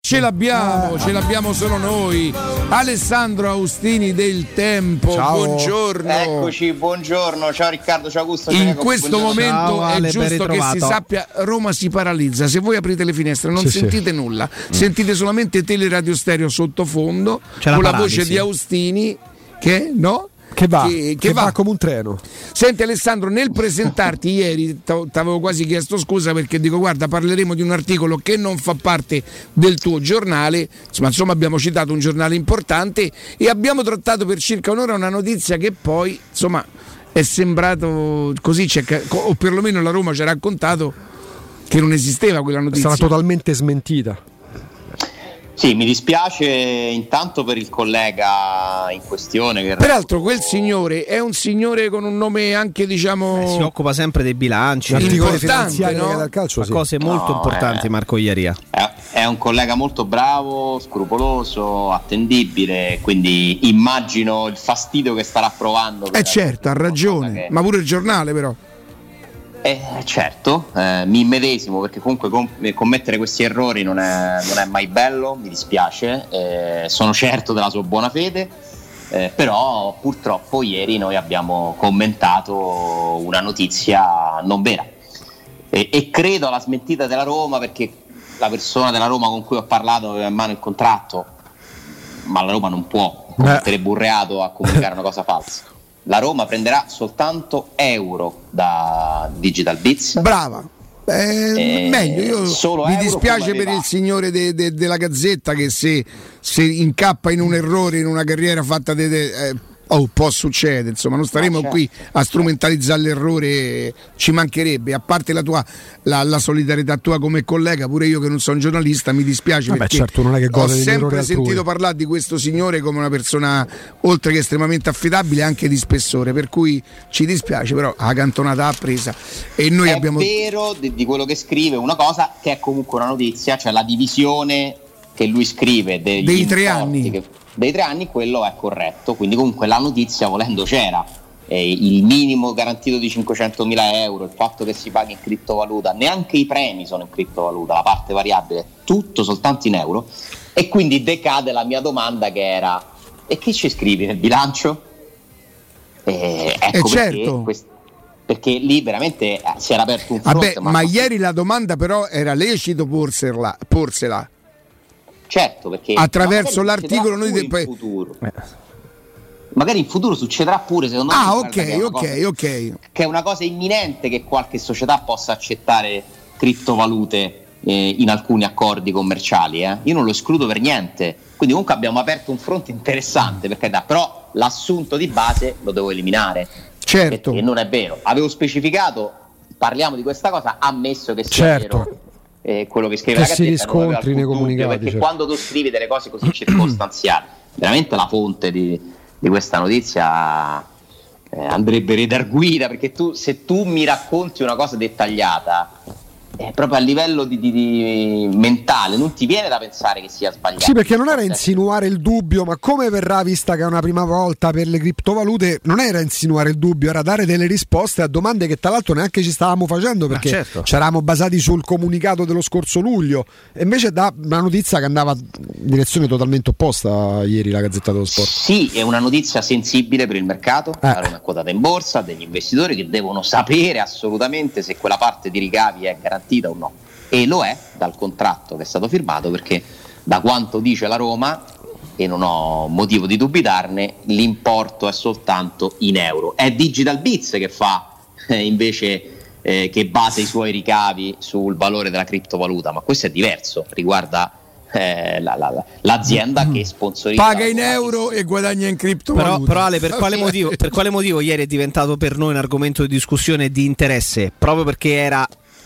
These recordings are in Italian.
Ce l'abbiamo solo noi. Alessandro Austini del Tempo, ciao. Buongiorno. Eccoci, buongiorno. Ciao Riccardo, ciao Augusto. In questo momento ciao, Ale, è giusto che si sappia, Roma si paralizza. Se voi aprite le finestre non sentite nulla, sentite solamente Teleradio Stereo sottofondo con la voce di Austini che va come un treno. Senti Alessandro, nel presentarti ieri t'avevo quasi chiesto scusa perché dico guarda, parleremo di un articolo che non fa parte del tuo giornale, ma insomma abbiamo citato un giornale importante e abbiamo trattato per circa un'ora una notizia che poi insomma è sembrato così, o perlomeno la Roma ci ha raccontato che non esisteva quella notizia. È stata totalmente smentita. Sì, mi dispiace intanto per il collega in questione. Che peraltro quel signore è un signore con un nome anche diciamo si occupa sempre dei bilanci, importante, no? Dal calcio, sì. Cose molto importanti. Marco Iaria è un collega molto bravo, scrupoloso, attendibile, quindi immagino il fastidio che starà provando. Certo, ha ragione, ma pure il giornale però. Certo, mi immedesimo perché comunque commettere questi errori non è mai bello, mi dispiace, sono certo della sua buona fede, però purtroppo ieri noi abbiamo commentato una notizia non vera e credo alla smentita della Roma, perché la persona della Roma con cui ho parlato aveva in mano il contratto, ma la Roma non può commettere un reato a comunicare una cosa falsa. La Roma prenderà soltanto euro da Digital Bits. Brava. Meglio. Io mi dispiace per il signore della Gazzetta che se incappa in un errore in una carriera fatta può succedere, insomma, non staremo qui a strumentalizzare l'errore, ci mancherebbe, a parte la solidarietà tua come collega, pure io che non sono giornalista mi dispiace. Perché certo, non è che ho sempre sentito parlare di questo signore come una persona oltre che estremamente affidabile anche di spessore, per cui ci dispiace, però la cantonata ha presa e noi abbiamo vero di quello che scrive, una cosa che è comunque una notizia, cioè la divisione che lui scrive dei 3 anni dei 3 anni, quello è corretto, quindi comunque la notizia volendo c'era, il minimo garantito di 500.000 euro, il fatto che si paghi in criptovaluta, neanche i premi sono in criptovaluta, la parte variabile, tutto soltanto in euro, e quindi decade la mia domanda che era: e che ci scrivi nel bilancio? Ecco certo. Perché lì veramente si era aperto un fronte. Ma ieri la domanda però era lecito porsela. Certo, perché attraverso l'articolo noi in futuro. Magari in futuro succederà pure, secondo me. Ok. Che è una cosa imminente che qualche società possa accettare criptovalute in alcuni accordi commerciali. Io non lo escludo per niente. Quindi comunque abbiamo aperto un fronte interessante, perché però l'assunto di base lo devo eliminare. Certo. Perché non è vero. Avevo specificato, parliamo di questa cosa, ammesso che sia vero. Quello che scrive che la Gazzetta si riscontri nei comunicati, perché certo. Quando tu scrivi delle cose così circostanziali, veramente la fonte di questa notizia andrebbe redarguita, perché se tu mi racconti una cosa dettagliata, proprio a livello di mentale non ti viene da pensare che sia sbagliato. Sì, perché non era insinuare il dubbio, ma come verrà vista che è una prima volta per le criptovalute, non era insinuare il dubbio, era dare delle risposte a domande che tra l'altro neanche ci stavamo facendo, perché ci eravamo basati sul comunicato dello scorso luglio, e invece da una notizia che andava in direzione totalmente opposta ieri la Gazzetta dello Sport. Sì, è una notizia sensibile per il mercato, la Roma è quotata in borsa, degli investitori che devono sapere assolutamente se quella parte di ricavi è garantita o no, e lo è dal contratto che è stato firmato, perché da quanto dice la Roma, e non ho motivo di dubitarne, l'importo è soltanto in euro. È Digital Bits che fa invece che basa i suoi ricavi sul valore della criptovaluta, ma questo è diverso, riguarda l'azienda che sponsorizza, paga in euro e guadagna in criptovaluta. Però Ale, per quale motivo ieri è diventato per noi un argomento di discussione e di interesse? Proprio perché era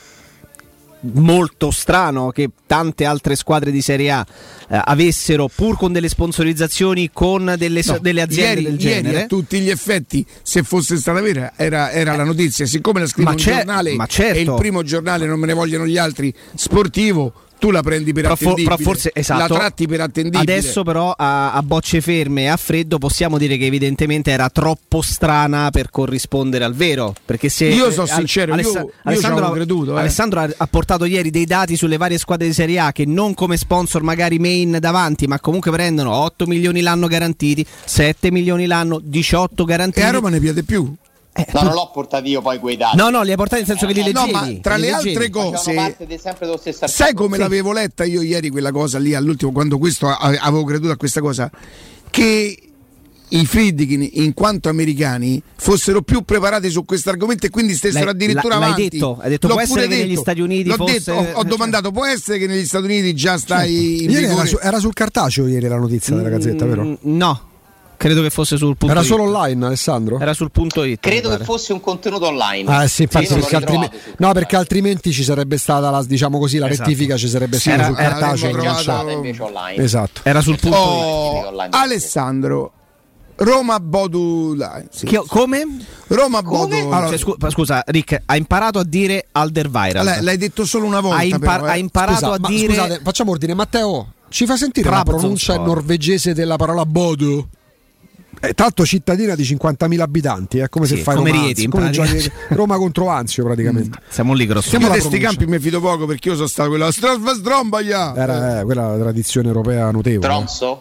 molto strano che tante altre squadre di Serie A avessero, pur con delle sponsorizzazioni con delle aziende del genere. Ieri a tutti gli effetti, se fosse stata vera, era la notizia, siccome la scrive un giornale, certo. e il primo giornale, non me ne vogliono gli altri, sportivo, tu la prendi per attendibile, forse, esatto, la tratti per attendibile. Adesso però a bocce ferme e a freddo possiamo dire che evidentemente era troppo strana per corrispondere al vero, perché se io sono sincero, io Alessandro, creduto, Alessandro ha portato ieri dei dati sulle varie squadre di Serie A che non come sponsor magari main davanti, ma comunque prendono 8 milioni l'anno garantiti, 7 milioni l'anno, 18 garantiti, e a Roma ne piace più. Non l'ho portato io poi quei dati. No, li hai portati nel senso che li leggevi. No, ma tra le altre cose, sai come l'avevo letta io ieri quella cosa lì all'ultimo, quando questo avevo creduto a questa cosa, che i Friedkin in quanto americani fossero più preparati su questo argomento e quindi stessero addirittura avanti. Hai detto può essere che negli Stati Uniti ho domandato, può essere che negli Stati Uniti già stai in vigore? Era sul cartaceo ieri la notizia della Gazzetta, vero? No. Credo che fosse sul punto. Era solo online, Alessandro? Era sul punto it. Credo che fosse un contenuto online. Ah, sì, infatti, perché altrimenti ci sarebbe stata la, diciamo così, la rettifica ci sarebbe stata sul cartaceo. Invece online. Esatto. Era sul punto it. Alessandro, Roma Bodu come? Roma Bodu. Allora, scusa Rick, ha imparato a dire Alderweireld. L'hai detto solo una volta. Ha imparato a dire. Scusate, facciamo ordine. Matteo, ci fa sentire la pronuncia norvegese della parola Bodu? Tra l'altro cittadina di 50.000 abitanti, è come se fai come Roma, Rieti, come giochi Roma contro Anzio praticamente. Siamo lì grossi. Siamo a questi campi mi fido poco, perché io sono stato quella Strombaia. Era quella la tradizione europea notevole. Tromso?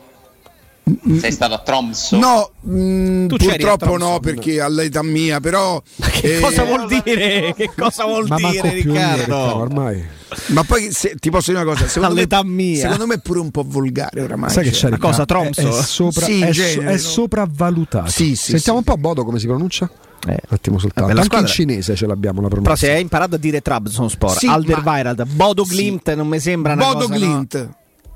Sei stato a Tromso? No, purtroppo no, perché all'età mia, però che cosa vuol dire? Che cosa vuol dire, Riccardo? Ormai. Ma poi ti posso dire una cosa, all'età mia. Secondo me è pure un po' volgare oramai. Sai che c'è una cosa, Tromso? È sopravvalutato. Sentiamo un po' Bodo come si pronuncia? Un attimo soltanto. Anche in cinese ce l'abbiamo la pronuncia. Però se hai imparato a dire Trabzonspor, Alderweireld, Bodo Glimt non mi sembra una Bodo cosa. Glimt.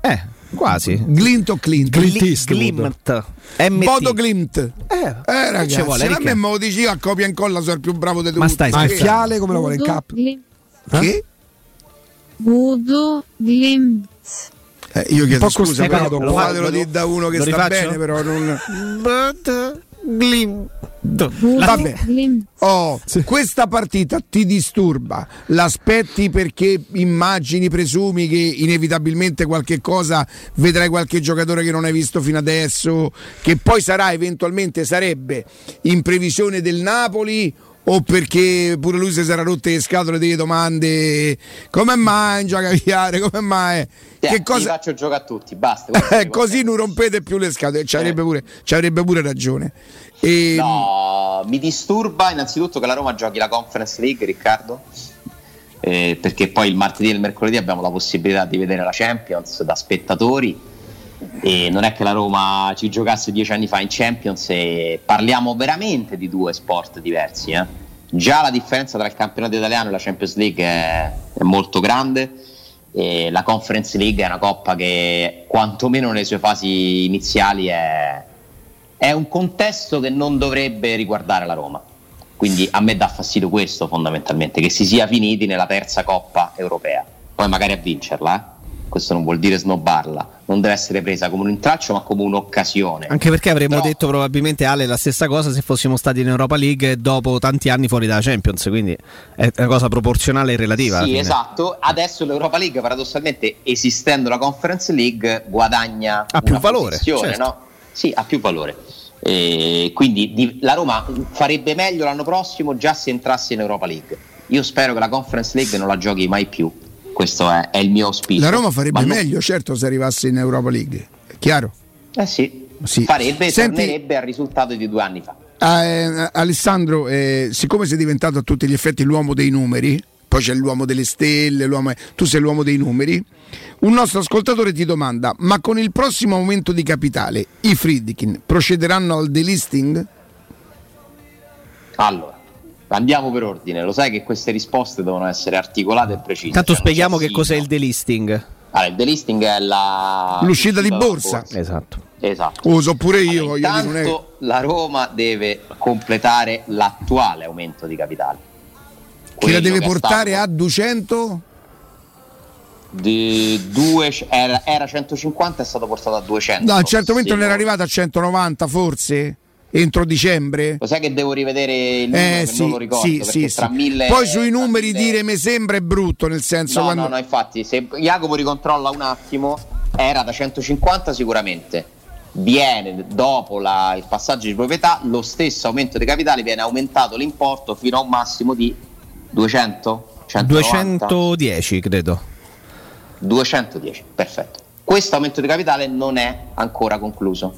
Quasi. Glimt o Clint? Glimt. Bodo Glimt. Ragazzi, ci vuole, a me me lo dici io a copia e incolla, sono il più bravo di tutti. Ma stai il fiale come lo vuole in cap? Che? Bodo Glimt. Io chiedo scusa, lo fatelo dire da uno che sta bene, però non. Bodo Glimt. Vabbè. Questa partita ti disturba? L'aspetti perché immagini, presumi che inevitabilmente qualche cosa vedrai, qualche giocatore che non hai visto fino adesso, che poi sarà eventualmente sarebbe in previsione del Napoli, o perché pure lui si sarà rotte le scatole delle domande, come mai in gioca caviare, come mai che cosa vi faccio giocare a tutti, basta. Così non rompete più le scatole. Ci avrebbe pure ragione. No, mi disturba innanzitutto che la Roma giochi la Conference League, Riccardo, perché poi il martedì e il mercoledì abbiamo la possibilità di vedere la Champions da spettatori, e non è che la Roma ci giocasse 10 anni fa in Champions, e parliamo veramente di due sport diversi. Già la differenza tra il campionato italiano e la Champions League è molto grande, e la Conference League è una coppa che quantomeno nelle sue fasi iniziali è un contesto che non dovrebbe riguardare la Roma, quindi a me dà fastidio questo fondamentalmente, che si sia finiti nella terza coppa europea, poi magari a vincerla, questo non vuol dire snobbarla, non deve essere presa come un intralcio ma come un'occasione, anche perché avremmo detto probabilmente, Ale, la stessa cosa se fossimo stati in Europa League dopo tanti anni fuori dalla Champions, quindi è una cosa proporzionale e relativa. Sì, esatto. Adesso l'Europa League paradossalmente, esistendo la Conference League, guadagna più valore, certo. No? Sì, ha più valore. Quindi la Roma farebbe meglio l'anno prossimo già se entrasse in Europa League. Io spero che la Conference League non la giochi mai più, questo è il mio auspicio. La Roma farebbe meglio, certo, se arrivasse in Europa League, è chiaro? Sì. Farebbe, tornerebbe al risultato di 2 anni fa. Alessandro, siccome sei diventato a tutti gli effetti l'uomo dei numeri, poi c'è l'uomo delle stelle, tu sei l'uomo dei numeri, un nostro ascoltatore ti domanda: ma con il prossimo aumento di capitale i Friedkin procederanno al delisting? Allora, andiamo per ordine, lo sai che queste risposte devono essere articolate e precise. Tanto spieghiamo che cos'è il delisting. Allora, il delisting è l'uscita di borsa. Esatto. Uso pure io. Intanto la Roma deve completare l'attuale aumento di capitale. Che la deve portare a 200? Era 150, è stato portato a 200. No, a un certo momento non era arrivato a 190 forse? entro dicembre? Lo sai che devo rivedere il numero, sì, non lo ricordo, sì. tra 1000 poi sui numeri dire mi sembra è brutto, nel senso no, infatti se Jacopo ricontrolla un attimo, era da 150 sicuramente, viene dopo il passaggio di proprietà, lo stesso aumento di capitale, viene aumentato l'importo fino a un massimo di 200? 210 credo. 210, perfetto. Questo aumento di capitale non è ancora concluso,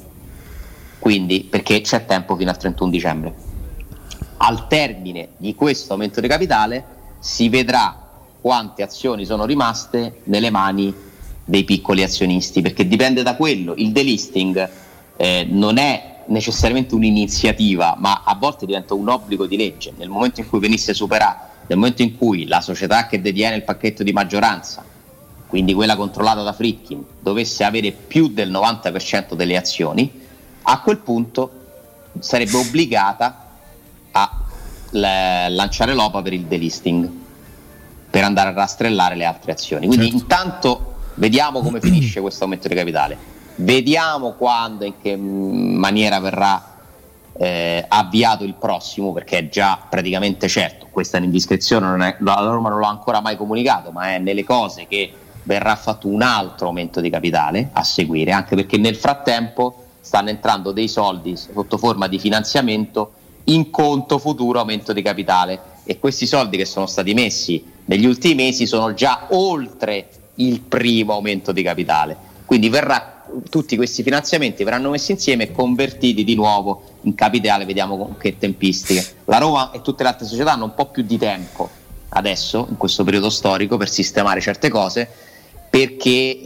quindi perché c'è tempo fino al 31 dicembre. Al termine di questo aumento di capitale si vedrà quante azioni sono rimaste nelle mani dei piccoli azionisti, perché dipende da quello. Il delisting non è necessariamente un'iniziativa, ma a volte diventa un obbligo di legge. Nel momento in cui venisse superato, nel momento in cui la società che detiene il pacchetto di maggioranza, quindi quella controllata da Friedkin, dovesse avere più del 90% delle azioni, a quel punto sarebbe obbligata a lanciare l'OPA per il delisting, per andare a rastrellare le altre azioni. Quindi intanto vediamo come finisce questo aumento di capitale, vediamo quando e in che maniera verrà avviato il prossimo, perché è già praticamente certo. Questa è un'indiscrezione, la Roma non l'ha ancora mai comunicato, ma è nelle cose che verrà fatto un altro aumento di capitale a seguire, anche perché nel frattempo stanno entrando dei soldi sotto forma di finanziamento in conto futuro aumento di capitale, e questi soldi che sono stati messi negli ultimi mesi sono già oltre il primo aumento di capitale, quindi tutti questi finanziamenti verranno messi insieme e convertiti di nuovo in capitale. Vediamo con che tempistiche. La Roma e tutte le altre società hanno un po' più di tempo adesso, in questo periodo storico, per sistemare certe cose, perché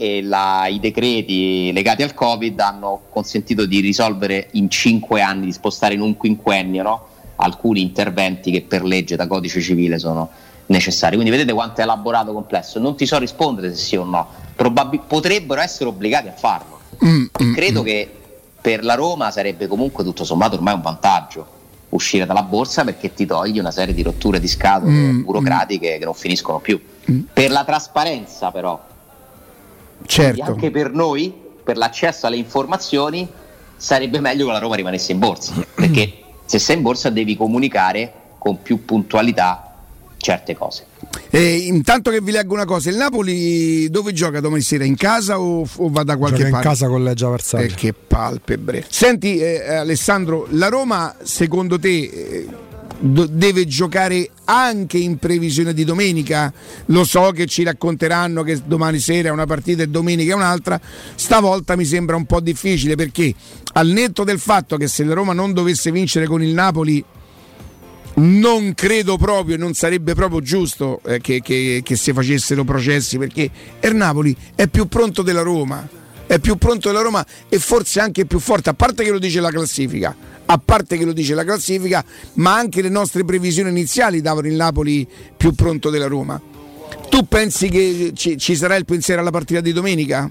i decreti legati al Covid hanno consentito di risolvere in 5 anni, di spostare in un quinquennio, no? Alcuni interventi che per legge da codice civile sono necessari. Quindi vedete quanto è elaborato, complesso. Non ti so rispondere se sì o no, potrebbero essere obbligati a farlo. Credo che per la Roma sarebbe comunque tutto sommato ormai un vantaggio uscire dalla borsa, perché ti togli una serie di rotture di scatole burocratiche che non finiscono più. Per la trasparenza però, certo, anche per noi, per l'accesso alle informazioni, sarebbe meglio che la Roma rimanesse in borsa, perché se sei in borsa devi comunicare con più puntualità certe cose. Intanto che vi leggo una cosa, il Napoli dove gioca domani sera? In casa o va da qualche parte? In casa con Legia Varsavia. Che palpebre. Senti Alessandro, la Roma secondo te deve giocare anche in previsione di domenica? Lo so che ci racconteranno che domani sera è una partita e domenica è un'altra, stavolta mi sembra un po' difficile, perché al netto del fatto che se la Roma non dovesse vincere con il Napoli, non credo proprio, non sarebbe proprio giusto che si facessero processi, perché il Napoli è più pronto della Roma, e forse anche più forte, a parte che lo dice la classifica, ma anche le nostre previsioni iniziali davano il Napoli più pronto della Roma. Tu pensi che ci sarà il pensiero alla partita di domenica?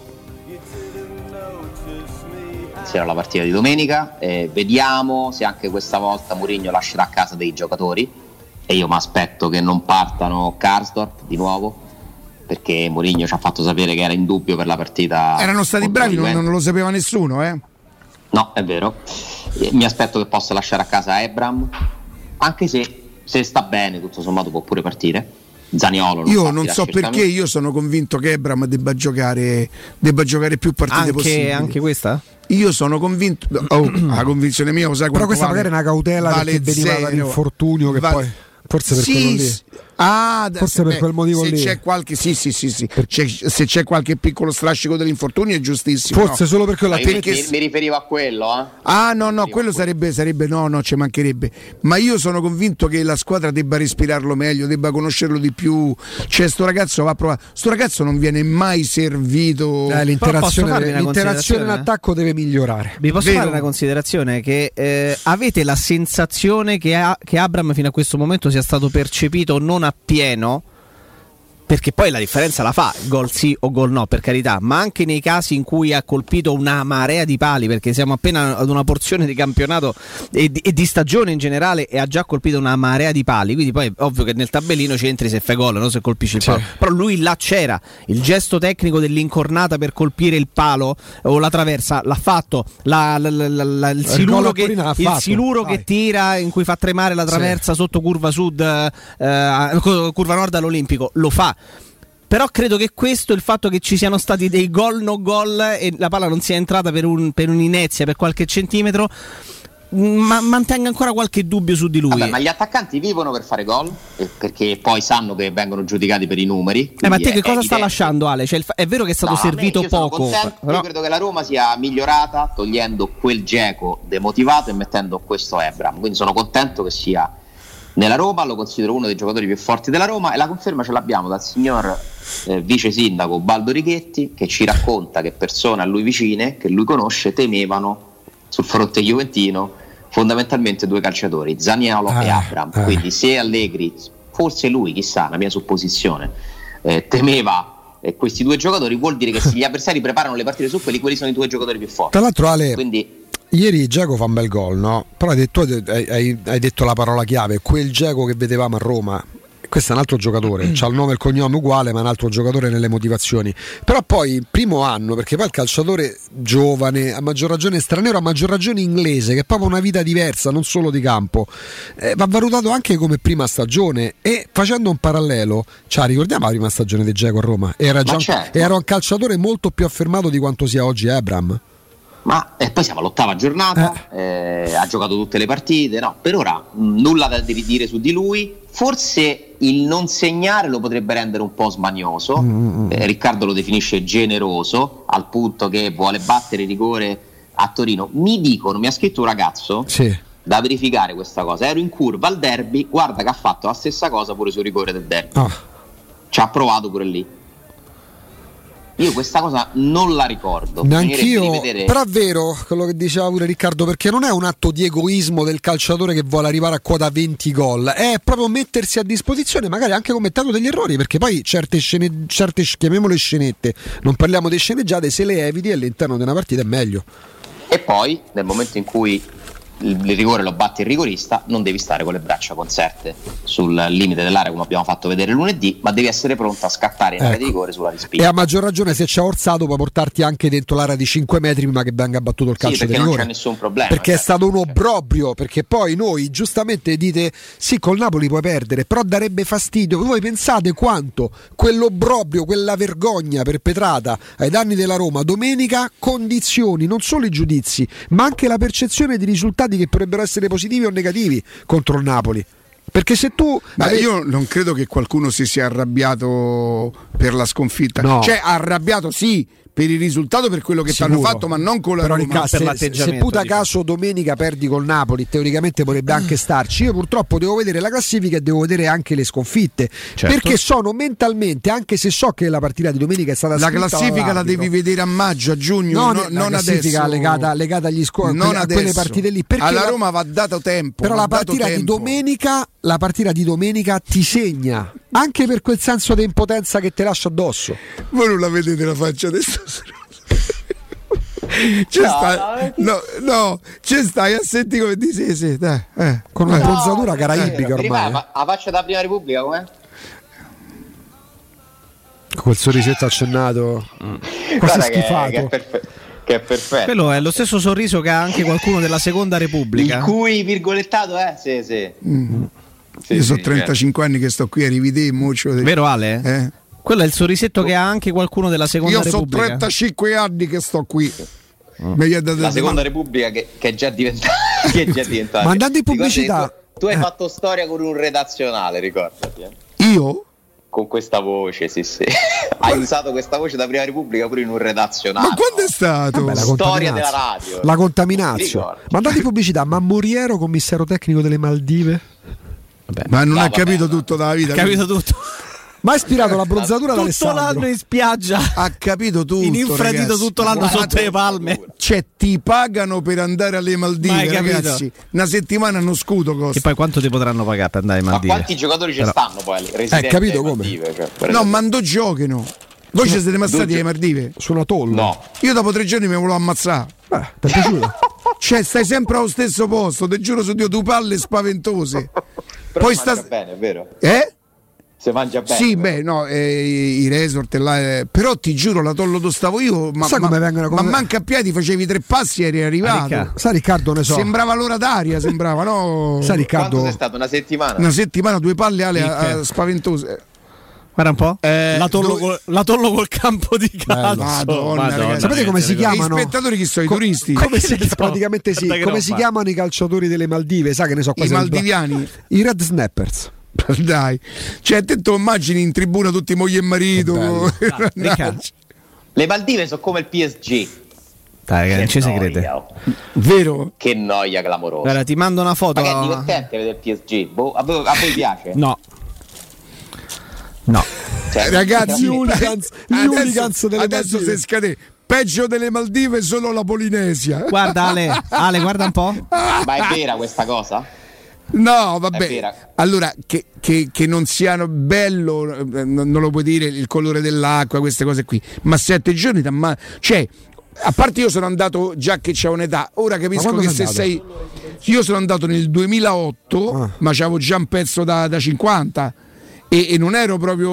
Sarà la partita di domenica, vediamo se anche questa volta Mourinho lascerà a casa dei giocatori, e io mi aspetto che non partano Karsdorp di nuovo, perché Mourinho ci ha fatto sapere che era in dubbio per la partita. Erano stati bravi, non lo sapeva nessuno, No, è vero. Mi aspetto che possa lasciare a casa Abraham, anche se sta bene tutto sommato può pure partire. Zaniolo io non so perché, io sono convinto che Abraham debba giocare più partite possibili. Anche questa? Io sono convinto, la convinzione mia, sai, però questa magari è una cautela perché veniva dall'infortunio che poi forse per quello lì. Forse per quel motivo se lì. C'è qualche, se c'è qualche piccolo strascico dell'infortunio è giustissimo. Forse solo per quello. Mi riferivo a quello. No, quello sarebbe no, ci mancherebbe. Ma io sono convinto che la squadra debba respirarlo meglio, debba conoscerlo di più. Cioè, sto ragazzo va a provare. Sto ragazzo non viene mai servito. L'interazione in attacco deve migliorare. Vi posso fare una considerazione? Che avete la sensazione che Abraham fino a questo momento sia stato percepito non appieno perché poi la differenza la fa, gol sì o gol no, per carità, ma anche nei casi in cui ha colpito una marea di pali, perché siamo appena ad una porzione di campionato e di stagione in generale e ha già colpito una marea di pali, quindi poi è ovvio che nel tabellino c'entri se fai gol, no se colpisci il palo, però lui là c'era, il gesto tecnico dell'incornata per colpire il palo o la traversa l'ha fatto, il siluro che tira, in cui fa tremare la traversa sotto curva sud, curva nord all'Olimpico, lo fa. Però credo che questo, il fatto che ci siano stati dei gol no gol e la palla non sia entrata per un'inezia, per qualche centimetro, mantenga ancora qualche dubbio su di lui. Vabbè, ma gli attaccanti vivono per fare gol, perché poi sanno che vengono giudicati per i numeri. Ma te che cosa sta lasciando, Ale? Cioè, è vero che è stato servito poco, però io credo che la Roma sia migliorata togliendo quel Dzeko demotivato e mettendo questo Abraham, quindi sono contento che sia nella Roma, lo considero uno dei giocatori più forti della Roma, e la conferma ce l'abbiamo dal signor vice sindaco Baldo Righetti, che ci racconta che persone a lui vicine, che lui conosce, temevano sul fronte juventino fondamentalmente due calciatori, Zaniolo e Abraham. Quindi se Allegri, forse lui, chissà, la mia supposizione, temeva questi due giocatori, vuol dire che se gli avversari preparano le partite su quelli sono i due giocatori più forti. Tra l'altro, Ale, quindi ieri Dzeko fa un bel gol, no? Però hai detto la parola chiave, quel Dzeko che vedevamo a Roma. Questo è un altro giocatore, c'ha il nome e il cognome uguale, ma è un altro giocatore nelle motivazioni. Però poi, primo anno, perché poi il calciatore giovane, a maggior ragione straniero, a maggior ragione inglese, che è proprio una vita diversa, non solo di campo, va valutato anche come prima stagione. E facendo un parallelo, ricordiamo la prima stagione di Dzeko a Roma? Era un calciatore molto più affermato di quanto sia oggi Abraham. Ma poi siamo all'8ª giornata, ha giocato tutte le partite, no? Per ora nulla da dire su di lui. Forse il non segnare lo potrebbe rendere un po' smanioso. Riccardo lo definisce generoso, al punto che vuole battere il rigore a Torino. Mi ha scritto un ragazzo da verificare questa cosa. Ero in curva al derby, guarda che ha fatto la stessa cosa pure sul rigore del derby. Ci ha provato pure lì. Io questa cosa non la ricordo. Neanch'io, però è vero quello che diceva pure Riccardo, perché non è un atto di egoismo del calciatore che vuole arrivare a quota 20 gol, è proprio mettersi a disposizione, magari anche commettendo degli errori, perché poi certe chiamiamole scenette, non parliamo di sceneggiate, se le eviti all'interno di una partita è meglio. E poi nel momento in cui il rigore lo batte il rigorista, non devi stare con le braccia conserte sul limite dell'area come abbiamo fatto vedere lunedì, ma devi essere pronto a scattare in area di rigore sulla rispinta. E a maggior ragione se c'è Orsato può portarti anche dentro l'area di 5 metri prima che venga battuto il calcio di rigore, non c'è nessun problema, perché è stato un obbrobrio, perché poi noi giustamente dite sì, col Napoli puoi perdere, però darebbe fastidio. Voi pensate quanto quell'obbrobrio, quella vergogna perpetrata ai danni della Roma domenica condizioni non solo i giudizi ma anche la percezione di risultati che potrebbero essere positivi o negativi contro il Napoli. Perché se tu io non credo che qualcuno si sia arrabbiato per la sconfitta, cioè arrabbiato sì per il risultato, per quello che ti hanno fatto, ma non con la Roma. Per l'atteggiamento. Se puta caso domenica perdi col Napoli, teoricamente potrebbe anche starci. Io purtroppo devo vedere la classifica e devo vedere anche le sconfitte, perché sono mentalmente, anche se so che la partita di domenica è stata la classifica la devi vedere a maggio, a giugno, non classifica adesso, legata agli a quelle partite lì, perché alla Roma va dato tempo. Però la partita di domenica ti segna anche per quel senso di impotenza che ti lascia addosso. Voi non la vedete la faccia adesso? Ci stai a sentire come dici sì, dai, con una bronzatura caraibica ormai. Ma la faccia della Prima Repubblica com'è? Con quel sorrisetto accennato, quasi schifato. Che è perfetto. Quello è lo stesso sorriso che ha anche qualcuno della Seconda Repubblica. Il cui virgolettato sì. Sì, io sono 35 anni che sto qui a rivedere muccio. Vero Ale? Quello è il sorrisetto che ha anche qualcuno della Seconda Repubblica. Io sono 35 anni che sto qui. La Seconda Repubblica che è già diventata. Ma andando in pubblicità. Tu hai fatto storia con un redazionale, ricordati. Io? Con questa voce, sì. Hai usato questa voce da Prima Repubblica pure in un redazionale. Ma quando è stato? Vabbè, storia della radio. La contaminazione. Ma andando in pubblicità, ma Muriero, commissario tecnico delle Maldive? Ma non ha capito tutto dalla vita. Ha capito tutto. Ma ha ispirato la bronzatura tutto d'Alessandro. l'anno in spiaggia, ha capito tutto, in infradito, ragazzi. tutto l'anno sotto le palme. Cioè ti pagano per andare alle Maldive, ragazzi. Una settimana non scudo costa. E poi quanto ti potranno pagare per andare alle Maldive? Ma quanti giocatori ci stanno poi alle residenti capito alle come? Maldive, cioè, No, mando giochino. Voi ci siete mai stati alle Maldive? Su una tolla? No. Io dopo 3 giorni mi volevo ammazzare. Ti è piaciuto? Cioè stai sempre allo stesso posto, te giuro su Dio, tu palle spaventose. Però Poi si mangia bene, è vero? Se mangia bene. Sì, beh, no, i resort là, però ti giuro, l'atollo dove stavo io, ma manca a piedi, facevi 3 passi e eri arrivato. Sa Riccardo, ne so. Sembrava l'ora d'aria, sembrava, no? Sa Riccardo. Quanto sei stato? Una settimana? Una settimana, 2 palle ale spaventose. Guarda un po'. L'atollo col campo di calcio. Madonna, ragazzi. Sapete come si chiamano? Gli spettatori chi sono? I turisti? Praticamente sì. Come si chiamano i calciatori delle Maldive? Sa che ne so, I maldiviani? I Red Snappers. Dai, cioè te lo immagini in tribuna tutti moglie e marito. Le Maldive sono come il PSG. Dai, non ci si crede. Vero? Che noia clamorosa. Guarda, ti mando una foto. Ma che è divertente vedere il PSG? A voi piace? No. Cioè, ragazzi, gli hooligans delle adesso Maldive. se scade peggio delle Maldive solo la Polinesia. Guarda Ale, guarda un po'. Ma è vera questa cosa? No, vabbè. Allora, che non siano bello, non lo puoi dire, il colore dell'acqua, queste cose qui. Ma 7 giorni cioè, a parte io sono andato già che c'ho un'età, ora capisco che se sei. Io sono andato nel 2008, ma c'avevo già un pezzo da 50. E non ero proprio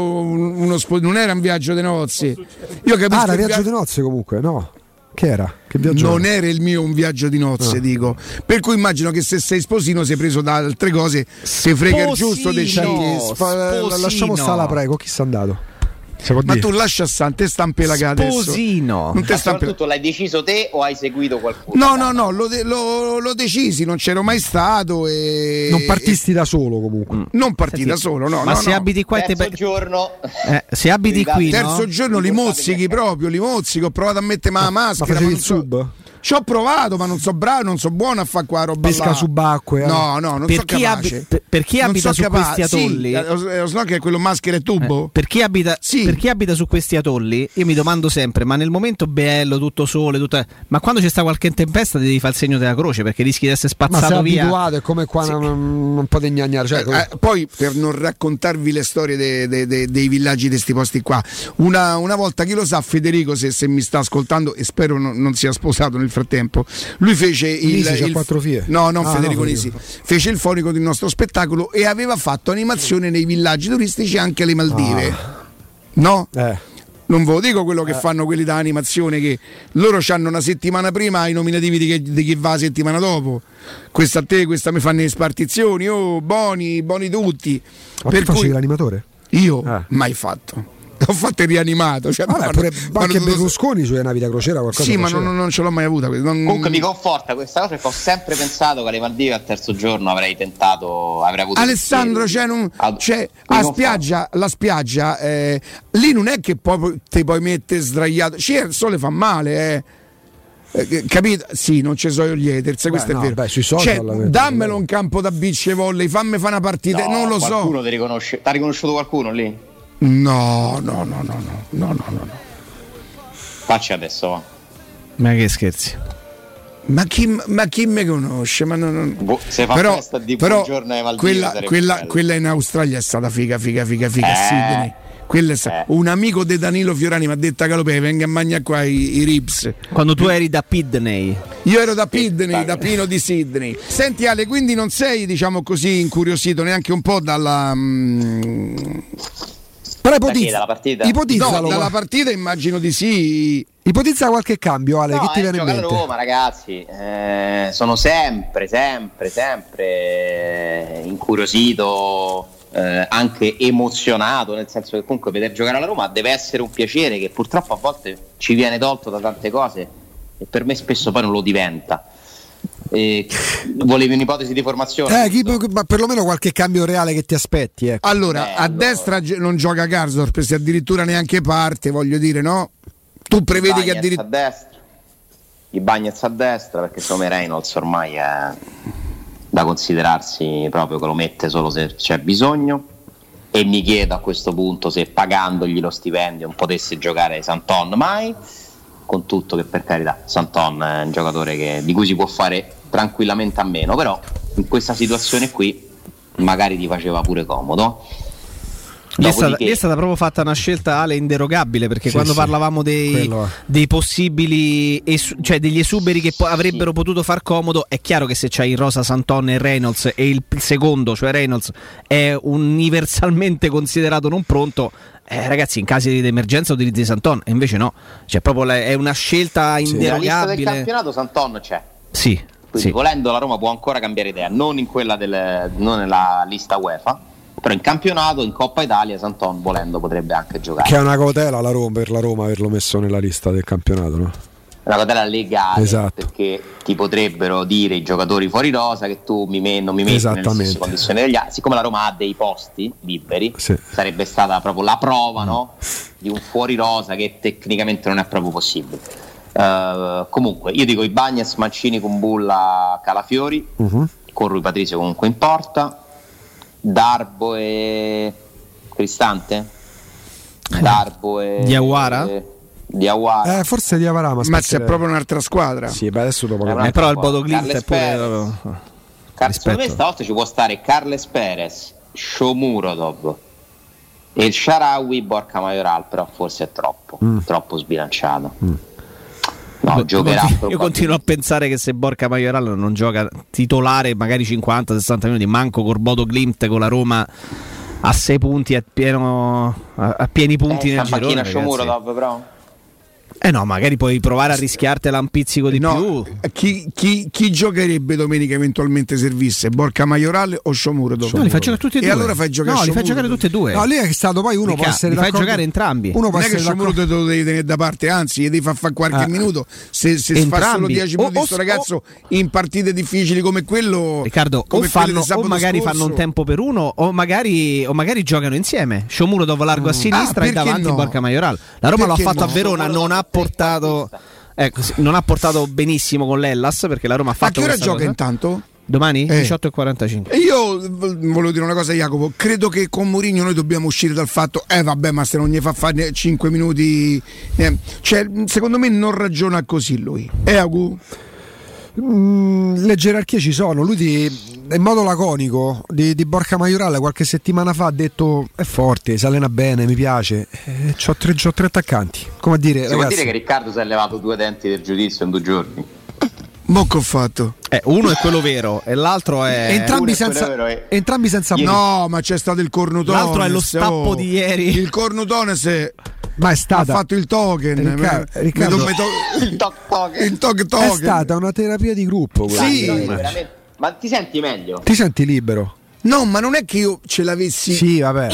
non era un viaggio di nozze. Io capisco. Era viaggio di nozze comunque, no? Che era? Che viaggio non era? era il mio un viaggio di nozze, dico. Per cui immagino che se sei sposino sei preso da altre cose, se frega il giusto decidi. Lasciamo stare la prego, chi sta andato? Ma tu lascia stare, te stampe la casa. Sposino. Non te Ma soprattutto l'hai deciso te o hai seguito qualcuno? No, l'ho decisi, non c'ero mai stato e non partisti da solo comunque. Non parti da solo, no. Ma se abiti qua e terzo giorno se abiti qui, terzo giorno li mozzichi proprio, ho provato a mettere la maschera. Ma facevi il sub? Ci ho provato, ma non so bravo, non so buono a fare qua roba. Pesca subacquee. No, non per so chi capace. Per chi abita su questi atolli, lo che è quello maschera e tubo. Per chi abita su questi atolli, io mi domando sempre: ma nel momento bello, tutto sole, ma quando c'è sta qualche tempesta, ti devi fare il segno della croce perché rischi di essere spazzato ma sei via. Abituato, è come qua non potete gnagnare. Cioè, poi per non raccontarvi le storie dei villaggi di questi posti qua, una volta, chi lo sa, Federico, se mi sta ascoltando, e spero non sia sposato nel frattempo, lui fece il 4 fie. No, non Federico Nisi, fece il fonico del nostro spettacolo e aveva fatto animazione nei villaggi turistici anche alle Maldive. No? Non ve lo dico quello che fanno quelli da animazione, che loro hanno una settimana prima i nominativi di chi va la settimana dopo. Questa a te, questa mi fanno le spartizioni, buoni tutti. Ma per facevi l'animatore? Io mai fatto. Ho fatto il rianimato. Cioè, pure anche Berlusconi sulle navi da crociera qualcosa. Sì, ma non ce l'ho mai avuta. Comunque mi conforta questa cosa, perché ho sempre pensato che alle Maldive al terzo giorno avrei avuto Alessandro, la spiaggia lì non è che poi ti puoi mettere sdraiato, il sole fa male, capito? Sì, non ci sono gli haters, questo è vero. Beh, sui social, dammelo un campo da beach volley, fammi fare una partita. No, non lo so. Qualcuno ti riconosce? T'ha riconosciuto qualcuno lì? No. Facci adesso, va. Ma che scherzi. Ma chi mi conosce? Se fa festa di buongiorno ai Maldive, quella in Australia è stata figa Sydney. Un amico di Danilo Fiorani mi ha detto: Calopè, venga a mangiare qua i ribs. Quando tu eri da Pidney. Io ero da Pidney, da Pino di Sydney. Senti Ale, quindi non sei, diciamo così, incuriosito neanche un po' dalla però dalla partita? Ipotizzalo. No, dalla partita immagino di sì. Ipotizza qualche cambio, Ale, che ti viene in mente? No, Roma, ragazzi, sono sempre incuriosito, anche emozionato, nel senso che comunque vedere giocare alla Roma deve essere un piacere che purtroppo a volte ci viene tolto da tante cose e per me spesso poi non lo diventa. Volevi un'ipotesi di formazione? Ma perlomeno qualche cambio reale che ti aspetti, ecco. Allora, a destra non gioca Karsdorp, se addirittura neanche parte, voglio dire, no? Tu prevedi che addirittura a destra, i Bagnez a destra, perché secondo me Reynolds ormai è da considerarsi proprio che lo mette solo se c'è bisogno, e mi chiedo a questo punto se pagandogli lo stipendio non potesse giocare Santon mai, con tutto che per carità Santon è un giocatore di cui si può fare tranquillamente a meno, però in questa situazione qui magari ti faceva pure comodo. Lì è stata proprio fatta una scelta, Ale, inderogabile, perché quando parlavamo dei possibili cioè degli esuberi che avrebbero potuto far comodo, è chiaro che se c'hai in rosa Santon e Reynolds e il secondo, cioè Reynolds, è universalmente considerato non pronto, ragazzi, in casi di emergenza utilizzi Santon, e invece no, cioè proprio è una scelta inderogabile. Nella lista del campionato Santon c'è. Sì. Quindi volendo la Roma può ancora cambiare idea, non in quella non nella lista UEFA, però in campionato, in Coppa Italia, Santon volendo potrebbe anche giocare. Che è una cautela per la Roma averlo messo nella lista del campionato, no? Una cautela legale, esatto. Perché ti potrebbero dire i giocatori fuori rosa che tu non mi metti nelle stesse condizioni degli altri. Siccome la Roma ha dei posti liberi, sarebbe stata proprio la prova, no? Di un fuori rosa che tecnicamente non è proprio possibile. Comunque io dico Ibañez, Mancini, Kumbulla, Calafiori, con Rui Patricio comunque in porta, Darbo e Cristante, Darbo e Diawara? Forse Diawara, ma c'è proprio un'altra squadra. Sì, beh, adesso dopo però il Bodo Glimt è pure secondo me stavolta ci può stare Carles Perez, Shomurodov e il Shaarawy, Borja Mayoral, però forse è troppo sbilanciato. No, giocherà. Io continuo a pensare che se Borja Mayoral non gioca titolare magari 50-60 minuti, manco col Bodo Glimt, con la Roma a 6 punti a pieni punti nel girone, però. No, magari puoi provare a rischiartela un pizzico di più. Chi giocherebbe domenica eventualmente servisse? Borja Mayoral o Shomurodov? No, li fai giocare tutti e due. E allora fai giocare li fai giocare tutti e due. No, lì è stato poi uno può essere li fai giocare entrambi. Uno può non è che Shomurodov te lo devi tenere da parte, anzi gli devi far qualche minuto. Se fa solo 10 minuti sto ragazzo in partite difficili come quello, Riccardo, come o magari fanno un tempo per uno o magari giocano insieme. Shomurodov largo a sinistra e davanti Borja Mayoral. La Roma l'ha fatto a Verona, non ha portato benissimo con l'Hellas, perché la Roma ha fatto. A che ora gioca intanto? Domani? 18:45. Io volevo dire una cosa, Jacopo. Credo che con Mourinho noi dobbiamo uscire dal fatto vabbè, ma se non gli fa fare 5 minuti cioè, secondo me non ragiona così lui. Agu? Le gerarchie ci sono. Lui in modo laconico di Borja Mayoral qualche settimana fa ha detto è forte, si allena bene, mi piace, c'ho tre attaccanti, come a dire, si ragazzi, può dire che Riccardo si è levato 2 denti del giudizio in 2 giorni. Mocco ho fatto. Uno è quello vero e l'altro è entrambi senza no, ma c'è stato il cornutones. L'altro è lo stappo di ieri. Il cornutones ma è stata, ha fatto il token, Riccardo, il token. È stata una terapia di gruppo quella. Sì, ma ti senti meglio? Ti senti libero? No, ma non è che io ce l'avessi. Sì, vabbè.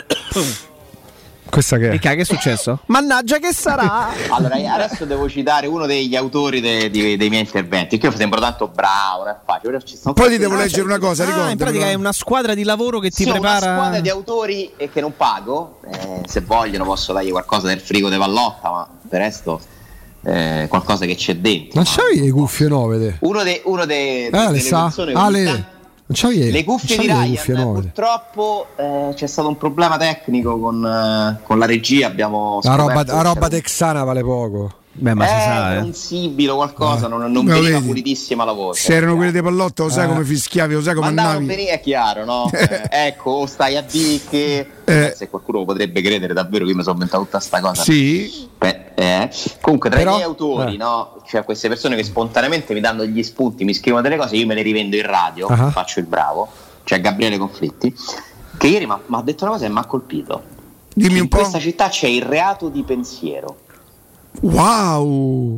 Questa che è è successo? Mannaggia che sarà. Allora adesso devo citare uno degli autori dei miei interventi, che io sembro tanto bravo, non è facile. Poi ti devo leggere una cosa, in pratica è una squadra di lavoro che ti prepara. Una squadra di autori e che non pago, se vogliono posso dargli qualcosa del frigo di Pallotta, ma per resto qualcosa che c'è dentro. Ma c'hai le cuffie nuove? Uno delle persone le cuffie di Ryan, purtroppo c'è stato un problema tecnico con la regia, abbiamo la roba texana vale poco. Beh, ma si sa, un sibilo qualcosa, non veniva pulitissima la voce. Se erano quelli di Pallotta, lo sai come fischiavi, lo sai come andavi. Ma è chiaro, no? Ecco, stai a dire che se qualcuno potrebbe credere davvero che io mi sono inventato tutta sta cosa. Sì. Comunque tra i miei autori, no? Cioè queste persone che spontaneamente mi danno gli spunti, mi scrivono delle cose, io me le rivendo in radio, faccio il bravo. Cioè Gabriele Conflitti, che ieri mi ha detto una cosa e mi ha colpito. Dimmi un po'. In questa città c'è il reato di pensiero. Wow!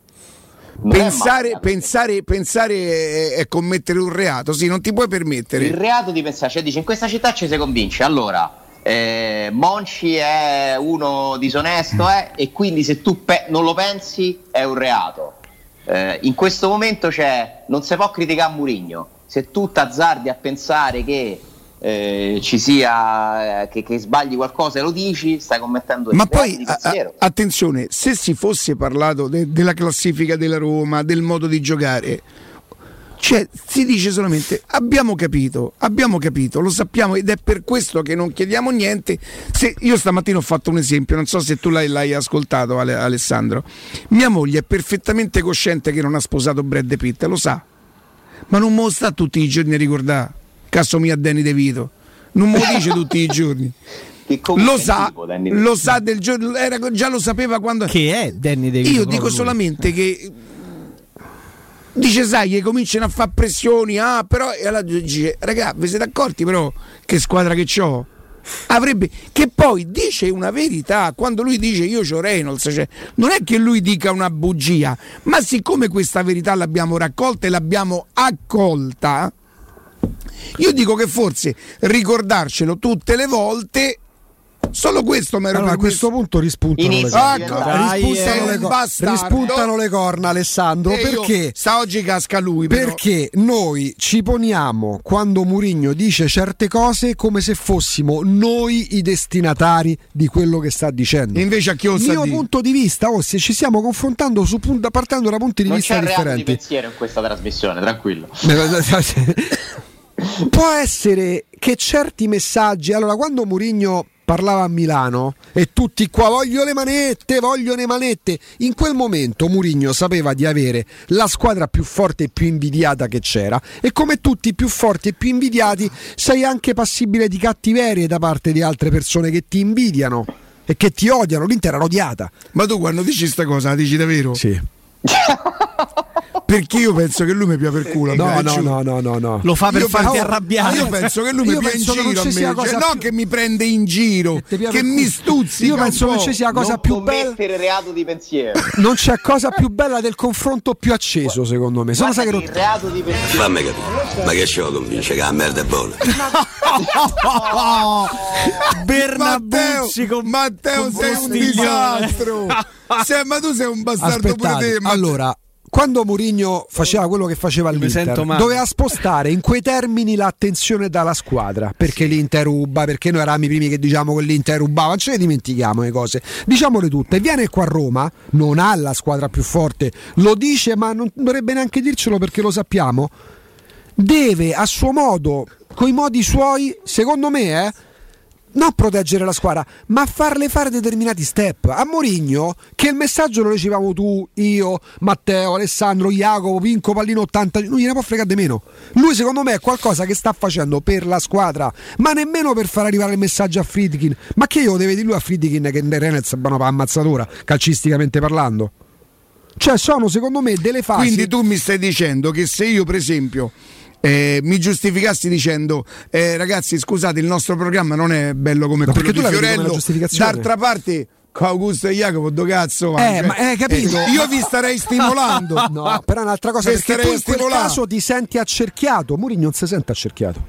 Pensare è commettere un reato, sì, non ti puoi permettere. Il reato di pensare, cioè dice in questa città ci si convince, allora Monci è uno disonesto e quindi se tu non lo pensi è un reato. In questo momento non si può criticare Mourinho, se tu t'azzardi a pensare che ci sia che sbagli qualcosa e lo dici, stai commettendo ma poi attenzione, se si fosse parlato della classifica della Roma, del modo di giocare, Cioè, si dice solamente abbiamo capito, lo sappiamo, ed è per questo che non chiediamo niente. Se io stamattina ho fatto un esempio, non so se tu l'hai ascoltato, Alessandro. Mia moglie è perfettamente cosciente che non ha sposato Brad Pitt, lo sa, ma non me lo sta tutti i giorni a ricordare, cazzo mia Danny DeVito, non me lo dice tutti i giorni. Lo sa del giorno, già lo sapeva quando. Che è Danny DeVito? Io dico solamente che dice, sai, che cominciano a fare pressioni, però, e allora dice, ragazzi, vi siete accorti però che squadra che c'ho? Avrebbe, che poi dice una verità quando lui dice io c'ho Reynolds, cioè, non è che lui dica una bugia, ma siccome questa verità l'abbiamo raccolta e l'abbiamo accolta, io dico che forse ricordarcelo tutte le volte. Solo questo mi ero a questo punto rispuntano le corna, Alessandro, perché sta oggi casca lui, perché noi ci poniamo quando Mourinho dice certe cose come se fossimo noi i destinatari di quello che sta dicendo. Invece a chi il mio punto di vista, se ci stiamo confrontando partendo da punti di vista differenti. Non c'è reato di pensiero in questa trasmissione, tranquillo. Può essere che certi messaggi, allora quando Mourinho parlava a Milano e tutti qua voglio le manette, in quel momento Mourinho sapeva di avere la squadra più forte e più invidiata che c'era, e come tutti i più forti e più invidiati sei anche passibile di cattiverie da parte di altre persone che ti invidiano e che ti odiano. L'Inter era odiata. Ma tu quando dici sta cosa la dici davvero? Sì. Perché io penso che lui mi pia per culo. No. Lo fa per farti arrabbiare. Io penso che lui mi pia in giro a me, cioè, non che mi prende in giro, che mi stuzzica. Io penso che ci sia cosa più bella. Reato di pensiero. Non c'è cosa più bella del confronto più acceso, secondo me. Sai che reato di pensiero. Fammi capire. Ma che ce lo convince che la merda è buona? Bernabuzzi con Matteo, sei un disastro. Ma tu sei un bastardo. Aspettate, pure te. Allora, quando Mourinho faceva quello che faceva all'Inter, doveva spostare in quei termini l'attenzione dalla squadra, perché l'Inter ruba, perché noi eravamo i primi che diciamo che l'Inter rubava, non ce ne dimentichiamo le cose, diciamole tutte. Viene qua a Roma, non ha la squadra più forte, lo dice, ma non dovrebbe neanche dircelo perché lo sappiamo, deve a suo modo, coi modi suoi, secondo me, non proteggere la squadra, ma farle fare determinati step. A Mourinho, che il messaggio lo ricevamo tu, io, Matteo, Alessandro, Jacopo, Pinco, Pallino 80, non gliene può fregare di meno. Lui secondo me è qualcosa che sta facendo per la squadra, ma nemmeno per far arrivare il messaggio a Friedkin. Ma che io deve dire lui a Friedkin che Reynolds vanno per ammazzatura, calcisticamente parlando? Cioè sono secondo me delle fasi. Quindi tu mi stai dicendo che se io per esempio mi giustificassi dicendo ragazzi scusate il nostro programma non è bello come quello di Fiorello, d'altra parte con Augusto e Jacopo do cazzo ma hai capito? Io vi starei stimolando. No, però è un'altra cosa, perché tu in quel caso ti senti accerchiato. Mourinho non si sente accerchiato.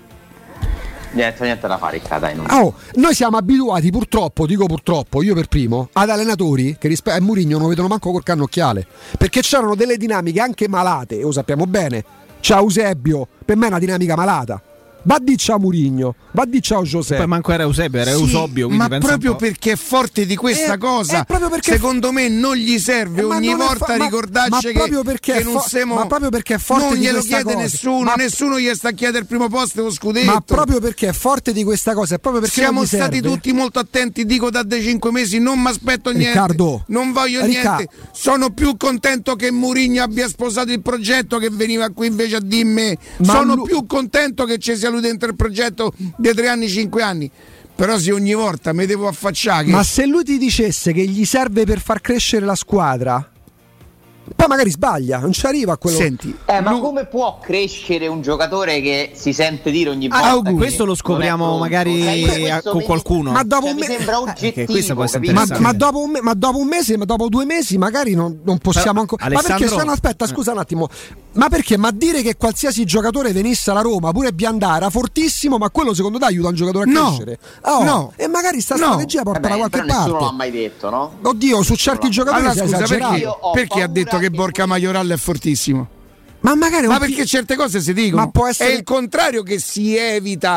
Niente da fare, dai. Noi siamo abituati purtroppo, dico purtroppo, io per primo, ad allenatori che rispetto a Mourinho non vedono manco col cannocchiale, perché c'erano delle dinamiche anche malate, lo sappiamo bene. Ciao Eusebio, per me è una dinamica malata. Va di ciao Mourinho, va di ciao Giuseppe. Poi manco era Eusebio, era Eusebio. Ma proprio perché è forte di questa cosa, secondo me non gli serve ogni volta ricordarci che non siamo. Ma proprio perché è forte non di glielo questa chiede cosa. nessuno gli sta a chiedere il primo posto e lo scudetto. Ma proprio perché è forte di questa cosa, è proprio perché siamo stati tutti molto attenti. Dico da dei 5 mesi, non mi aspetto niente. Riccardo, non voglio niente. Sono più contento che Mourinho abbia sposato il progetto che veniva qui invece a dirmi. Sono più contento che ci sia lui dentro il progetto dei 3 anni, 5 anni. Però se ogni volta mi devo affacciare ma se lui ti dicesse che gli serve per far crescere la squadra, poi magari sbaglia, non ci arriva a quello. Senti, ma come può crescere un giocatore che si sente dire ogni volta? Questo lo scopriamo magari con qualcuno. Ma dopo mi sembra oggettivo. Ma dopo un mese, ma dopo 2 mesi magari non possiamo ancora. Alessandro... Ma perché aspetta, scusa un attimo. Ma perché? Ma dire che qualsiasi giocatore venisse alla Roma, pure Biandà, era fortissimo, ma quello secondo te aiuta un giocatore a crescere? No. E magari sta strategia porta da qualche parte. Nessuno l'ha mai detto, no? Oddio, su certi giocatori allora, scusa, perché ha detto che Borca Majoral è fortissimo? Ma magari perché certe cose si dicono. Ma può essere... È il contrario che si evita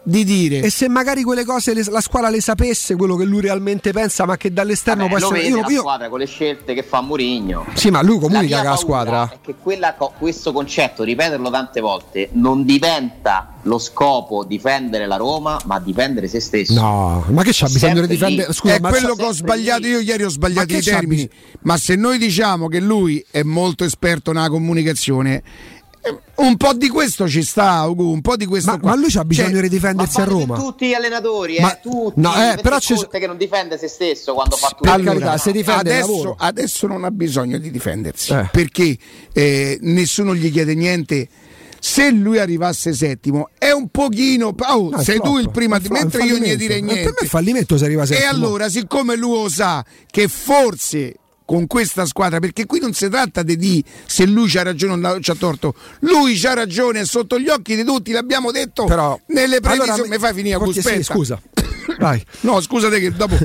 di dire. E se magari quelle cose la squadra le sapesse, quello che lui realmente pensa, ma che dall'esterno può essere. La squadra con le scelte che fa Mourinho. Sì, ma lui comunica con la squadra. È che questo concetto, ripeterlo tante volte, non diventa lo scopo difendere la Roma, ma difendere se stesso. No, ma che c'ha bisogno di difendere? Scusa, è quello che ho sbagliato io ieri, ho sbagliato i termini. Ma se noi diciamo che lui è molto esperto nella comunicazione, un po' di questo ci sta, Ugo, un po' di questo ma lui c'ha bisogno di difendersi a Roma. Tutti gli allenatori, tutti. No, però c'è che non difende se stesso quando fa tutto. Allora, se difende adesso non ha bisogno di difendersi, perché nessuno gli chiede niente. Se lui arrivasse settimo è un pochino sei tu il primo mentre io non gli direi niente. Per me è fallimento se arriva settimo. E allora, siccome lui lo sa che forse con questa squadra, perché qui non si tratta di se lui c'ha ragione o c'ha torto, lui c'ha ragione, è sotto gli occhi di tutti, l'abbiamo detto. Però nelle previsioni allora, mi fai finire a sì, scusa. Vai. No, scusate che dopo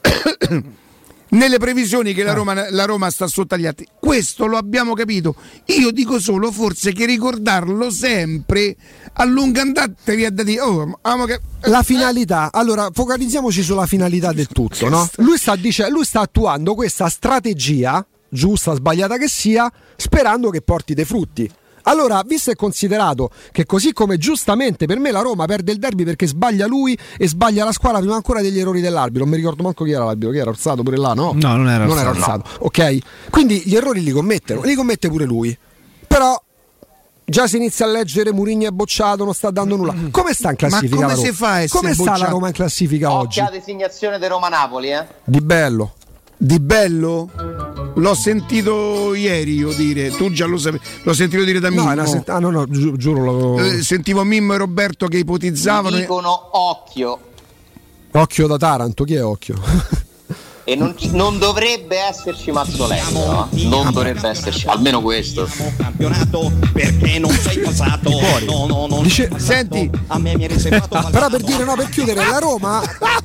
nelle previsioni che la Roma sta sotto agli altri, questo lo abbiamo capito. Io dico solo forse che ricordarlo sempre a lungo andate via da dire la finalità. Allora focalizziamoci sulla finalità del tutto, no? Lui sta attuando questa strategia, giusta, sbagliata che sia, sperando che porti dei frutti. Allora, visto e considerato che così come giustamente per me la Roma perde il derby perché sbaglia lui e sbaglia la squadra prima ancora degli errori dell'arbitro, non mi ricordo manco chi era l'arbitro, chi era Orsato pure là, no? No, non era Orsato. Ok? Quindi gli errori li commette pure lui. Però già si inizia a leggere Mourinho è bocciato, non sta dando nulla. Come sta in classifica? Ma come si fa a essere come sta la Roma in classifica oggi? Occhia la designazione di Roma-Napoli, Di bello. Di bello? L'ho sentito ieri io dire, tu già lo sapevi, l'ho sentito dire da Mimmo. No, giuro. Sentivo Mimmo e Roberto che ipotizzavano. Mi dicono occhio. Occhio da Taranto, chi è Occhio? E non dovrebbe esserci Mazzolenti, no? Non dovrebbe esserci, almeno questo. Campionato perché non sei passato. No. Dice, senti, a me mi è riservato. Però per dire per chiudere la Roma.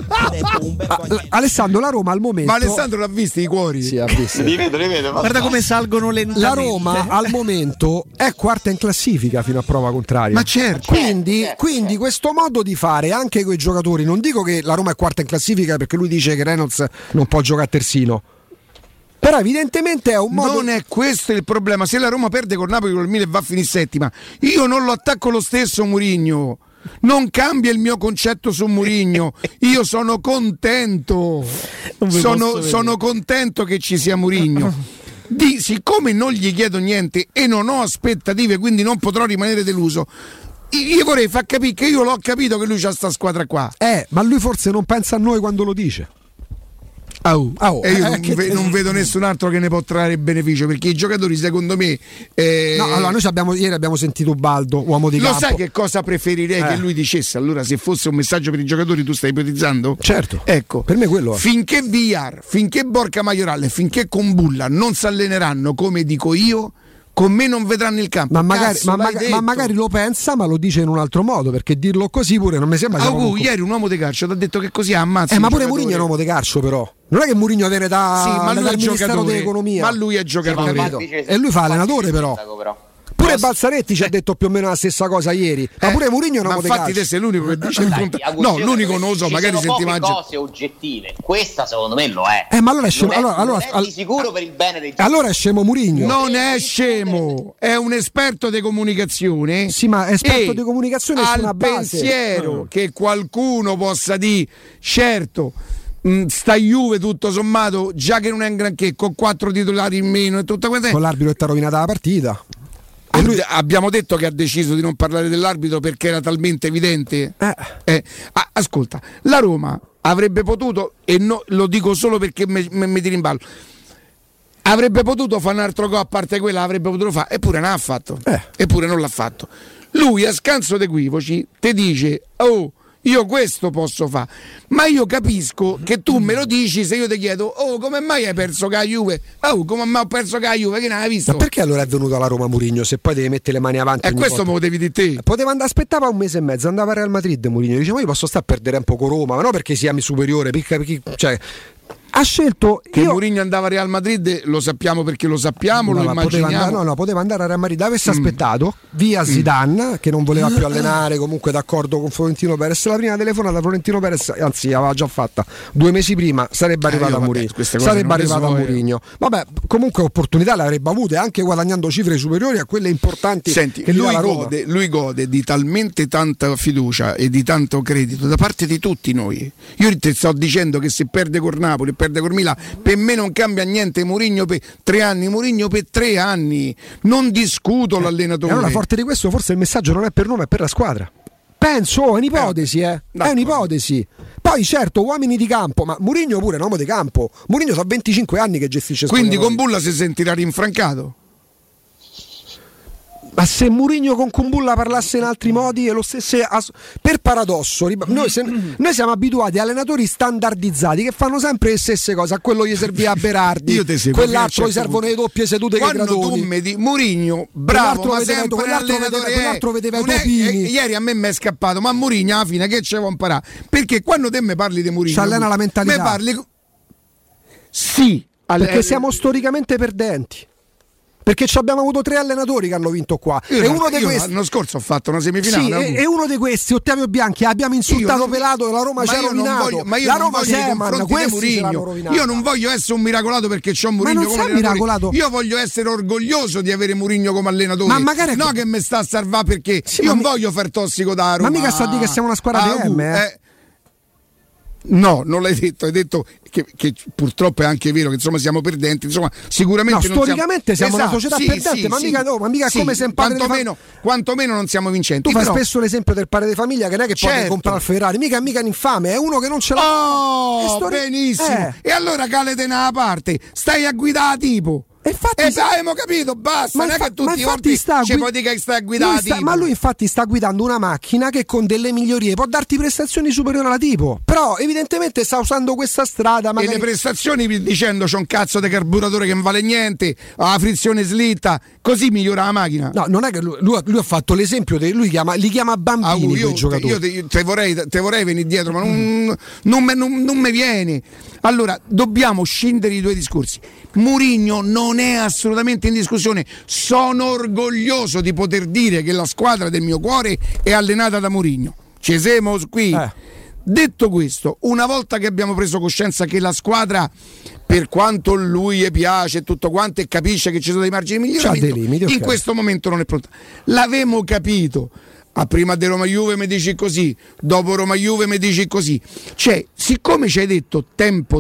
Alessandro, la Roma al momento. Ma Alessandro l'ha visti i cuori? Sì, ha visto. Li vedo. Guarda come salgono lentamente. La Roma al momento è quarta in classifica fino a prova contraria. Ma certo. Quindi questo modo di fare anche coi giocatori, non dico che la Roma è quarta in classifica perché lui dice che Reynolds non può giocare a terzino, però evidentemente è un modo. Non è questo il problema. Se la Roma perde con Napoli, col Milan va a finire settima, io non lo attacco lo stesso Mourinho, non cambia il mio concetto su Mourinho. Io sono contento, sono contento che ci sia Mourinho. Siccome non gli chiedo niente e non ho aspettative, quindi non potrò rimanere deluso, io vorrei far capire che io l'ho capito che lui c'ha sta squadra qua. Ma lui forse non pensa a noi quando lo dice. E io non vedo nessun altro che ne può trarre beneficio, perché i giocatori secondo me no, allora noi ieri abbiamo sentito Baldo, uomo di campo. Lo sai che cosa preferirei che lui dicesse? Allora, se fosse un messaggio per i giocatori, tu stai ipotizzando? Certo, ecco, per me quello è. Finché Villar, finché Borca Maioral, finché Kumbulla non si alleneranno come dico io, con me non vedranno il campo. Ma magari lo pensa, ma lo dice in un altro modo, perché dirlo così pure non mi sembra. Ieri un uomo di calcio ti ha detto che così ammazza. Ma pure Mourinho è un uomo di calcio, però. Non è che Mourinho viene dal Ministero dell'Economia. Ma lui è giocatore. E lui fa allenatore, però. Pure Balzaretti ci ha detto più o meno la stessa cosa ieri, ma pure Mourinho è un uomo di calcio. Ma infatti te sei l'unico che dice il contrario. No, l'unico non lo so, magari sentiva cose oggettive. Questa secondo me lo è. Ma allora è scemo. Allora è di sicuro per il bene dei giocatori. Allora è scemo Mourinho. Non è scemo, è un esperto di comunicazione. Sì, ma esperto di comunicazione su una base. Pensiero che qualcuno possa dire, certo, sta Juve tutto sommato, già che non è un granché, con 4 titolari in meno e tutta questa. Con l'arbitro che ti ha rovinato la partita. Abbiamo detto che ha deciso di non parlare dell'arbitro perché era talmente evidente. Ascolta, la Roma avrebbe potuto, e lo dico solo perché mi tiri in ballo, avrebbe potuto fare un altro gol a parte quella, avrebbe potuto fare, eppure non l'ha fatto. Eppure non l'ha fatto. Lui a scanso d'equivoci ti dice: oh, io questo posso fare, ma io capisco che tu me lo dici se io ti chiedo: oh, come mai hai perso con la Juve? Oh, come mai ho perso con la Juve? Che non hai visto? Ma perché allora è venuto alla Roma Mourinho se poi devi mettere le mani avanti? E questo me lo devi dire te. Poteva andare, aspettava un mese e mezzo, andava a Real Madrid Mourinho, diceva: io posso stare a perdere un poco Roma, ma non perché sia superiore, perché cioè ha scelto che Mourinho andava a Real Madrid, lo sappiamo perché lo sappiamo, lo immaginiamo. Poteva andare a Real Madrid, avesse aspettato via Zidane che non voleva più allenare, comunque d'accordo con Florentino Perez. La prima telefonata Florentino Perez, anzi aveva già fatta 2 mesi prima, sarebbe arrivato a Mourinho. Vabbè, comunque opportunità le avrebbe avute, anche guadagnando cifre superiori a quelle importanti. Senti, che lui gode di talmente tanta fiducia e di tanto credito da parte di tutti noi. Io ti sto dicendo che se perde con Napoli, perde con Milan, per me non cambia niente. Mourinho per 3 anni, Mourinho per 3 anni, non discuto l'allenatore. E allora, forte di questo, forse il messaggio non è per noi, ma è per la squadra. Penso, è un'ipotesi, è un'ipotesi. Poi certo, uomini di campo, ma Mourinho pure è un uomo di campo. Mourinho fa 25 anni che gestisce. Quindi con Bulla si sentirà rinfrancato. Ma se Mourinho con Kumbulla parlasse in altri modi e lo stesso, per paradosso, noi siamo abituati a allenatori standardizzati che fanno sempre le stesse cose. A quello gli serviva Berardi, quell'altro gli servono le doppie sedute che gradoni. Tu mi dici Mourinho bravo, ma sempre quell'altro vedeva i topini. Ieri a me mi è scappato, ma Mourinho alla fine che ci vuoi imparare? Perché quando te mi parli di Mourinho ci allena la mentalità. Sì, perché siamo storicamente perdenti. Perché abbiamo avuto 3 allenatori che hanno vinto qua. E uno di questi l'anno scorso ho fatto una semifinale. Sì, e uno di questi, Ottavio Bianchi, abbiamo insultato Pelato, la Roma ci ha rovinato. La Roma Seman, questi l'hanno rovinato. Io non voglio essere un miracolato perché c'ho Mourinho come allenatore. Io voglio essere orgoglioso di avere Mourinho come allenatore. Ma magari no che mi sta a salvare perché io non voglio far tossico da Roma. Ma mica sta a dire che siamo una squadra di M, No, non l'hai detto, hai detto che purtroppo è anche vero che insomma siamo perdenti, insomma sicuramente non storicamente siamo una società perdente, sì, ma mica come se in padre quantomeno non siamo vincenti. Tu fai spesso l'esempio del padre di famiglia che non è che puoi comprare il Ferrari, mica un infame, è uno che non ce l'ha. Benissimo. E allora calete nella parte, stai a guidare tipo. Abbiamo capito, basta, non è che tutti i volte ci puoi dire che stai a guidare. Ma lui infatti sta guidando una macchina che con delle migliorie può darti prestazioni superiori alla tipo. Però evidentemente sta usando questa strada. E le prestazioni dicendo c'è un cazzo di carburatore che non vale niente, la frizione slitta, così migliora la macchina. No, non è che lui ha fatto l'esempio, li chiama bambini quei giocatori. Io te vorrei venire dietro, ma non mi viene. Allora, dobbiamo scindere i due discorsi. Mourinho non è assolutamente in discussione. Sono orgoglioso di poter dire che la squadra del mio cuore è allenata da Mourinho. Ci siamo qui. Detto questo, una volta che abbiamo preso coscienza che la squadra, per quanto lui gli piace e tutto quanto e capisce che ci sono dei margini di miglioramento, in questo momento non è pronta. L'avemo capito. Prima di Roma-Juve mi dici così, dopo Roma-Juve mi dici così. Cioè, siccome ci hai detto tempo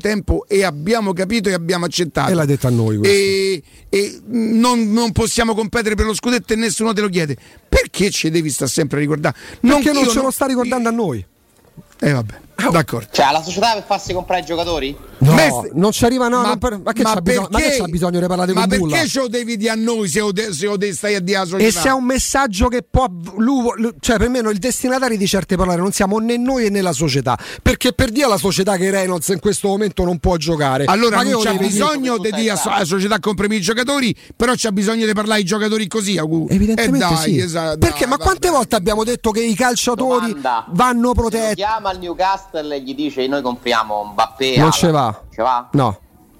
e abbiamo capito e abbiamo accettato. E l'hai detto a noi questo. E non possiamo competere per lo scudetto e nessuno te lo chiede. Perché ci devi stare sempre a ricordare? Perché non ce lo sta ricordando a noi. Vabbè, d'accordo. Cioè, la società per farsi comprare i giocatori? No, non ci arriva, ma che c'ha bisogno di parlare con Bulla? Ma perché ce lo devi dire a noi se stai a dire la società? E se è un messaggio che può cioè per me il destinatario di certe parole non siamo né noi né la società, perché per dire alla società che Reynolds in questo momento non può giocare. Allora non c'è bisogno di dire alla società comprimi i giocatori, però c'ha bisogno di parlare ai giocatori così. Evidentemente sì. Perché ma quante volte abbiamo detto che i calciatori vanno protetti? Chiama al Newcastle e gli dice noi compriamo Mbappé. Non ce va. Ce va? No.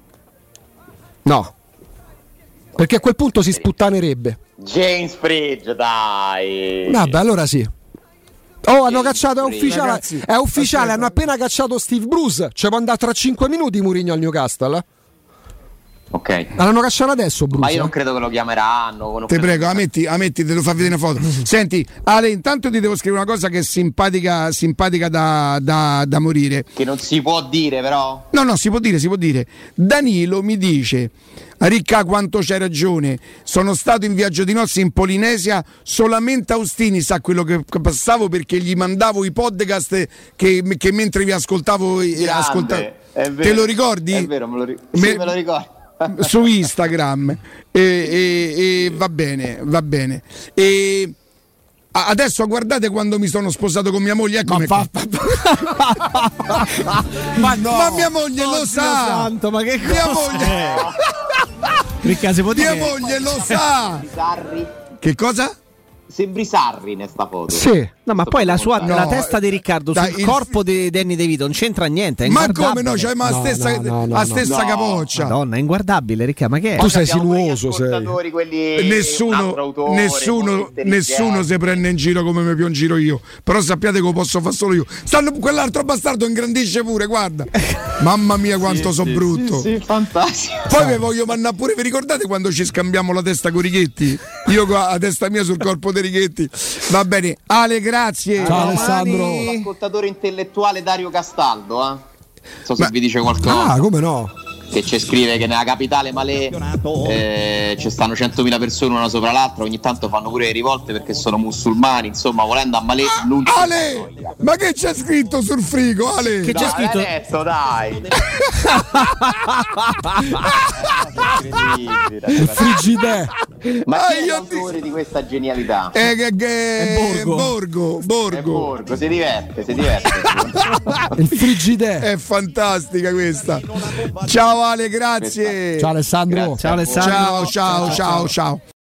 Perché a quel punto si sputtanerebbe. James Bridge, dai. Vabbè, allora sì. Hanno cacciato, è ufficiale. Ragazzi, è ufficiale, hanno appena cacciato Steve Bruce. Ci può andare tra 5 minuti Mourinho al Newcastle. Ok. L'hanno cacciato adesso Bruce. Ma io non credo che lo chiameranno. Te prego, ammetti, te lo fa vedere una foto. Senti, Ale, intanto ti devo scrivere una cosa che è simpatica da morire. Che non si può dire, però. No, si può dire. Danilo mi dice: Ricca, quanto c'hai ragione. Sono stato in viaggio di nozze in Polinesia, solamente Austini sa quello che passavo perché gli mandavo i podcast che mentre vi ascoltavo. Te lo ricordi? È vero, me lo ricordo. Su Instagram e va bene e adesso guardate quando mi sono sposato con mia moglie, ecco ma mia moglie lo sa santo, ma che mia moglie Ricca, si può dire mia moglie lo sa. Che cosa? Sembri Sarri nesta foto. Sì. No, ma poi la testa di Riccardo sul corpo di Danny De Vito non c'entra niente. Ma come no? C'è la stessa capoccia. Madonna, è inguardabile, Riccardo. Ma che è? Tu sei sinuoso. Nessuno si prende in giro come mi giro io. Però sappiate che lo posso fare solo io. Quell'altro bastardo ingrandisce pure, guarda. Mamma mia, quanto so brutto. Sì, fantastico. Poi vi voglio mandare pure. Vi ricordate quando ci scambiamo la testa con Righetti? Io con la testa mia sul corpo di Righetti. Va bene, Ale, grazie. Ciao Alessandro. L'ascoltatore intellettuale Dario Castaldo, non so se vi dice qualcosa. Ah, come no? Che ci scrive che nella capitale Malé ci stanno 100.000 persone una sopra l'altra, ogni tanto fanno pure le rivolte perché sono musulmani, insomma, volendo a Malé Ale, ma che c'è scritto sul frigo, Ale? Che c'è scritto? Dai. Il frigidè. Ma chi è l'autore di questa genialità? È Borgo. Si diverte. Il frigidè. È fantastica questa. Ciao Ale, grazie. Ciao Alessandro. Ciao Alessandro. Ciao.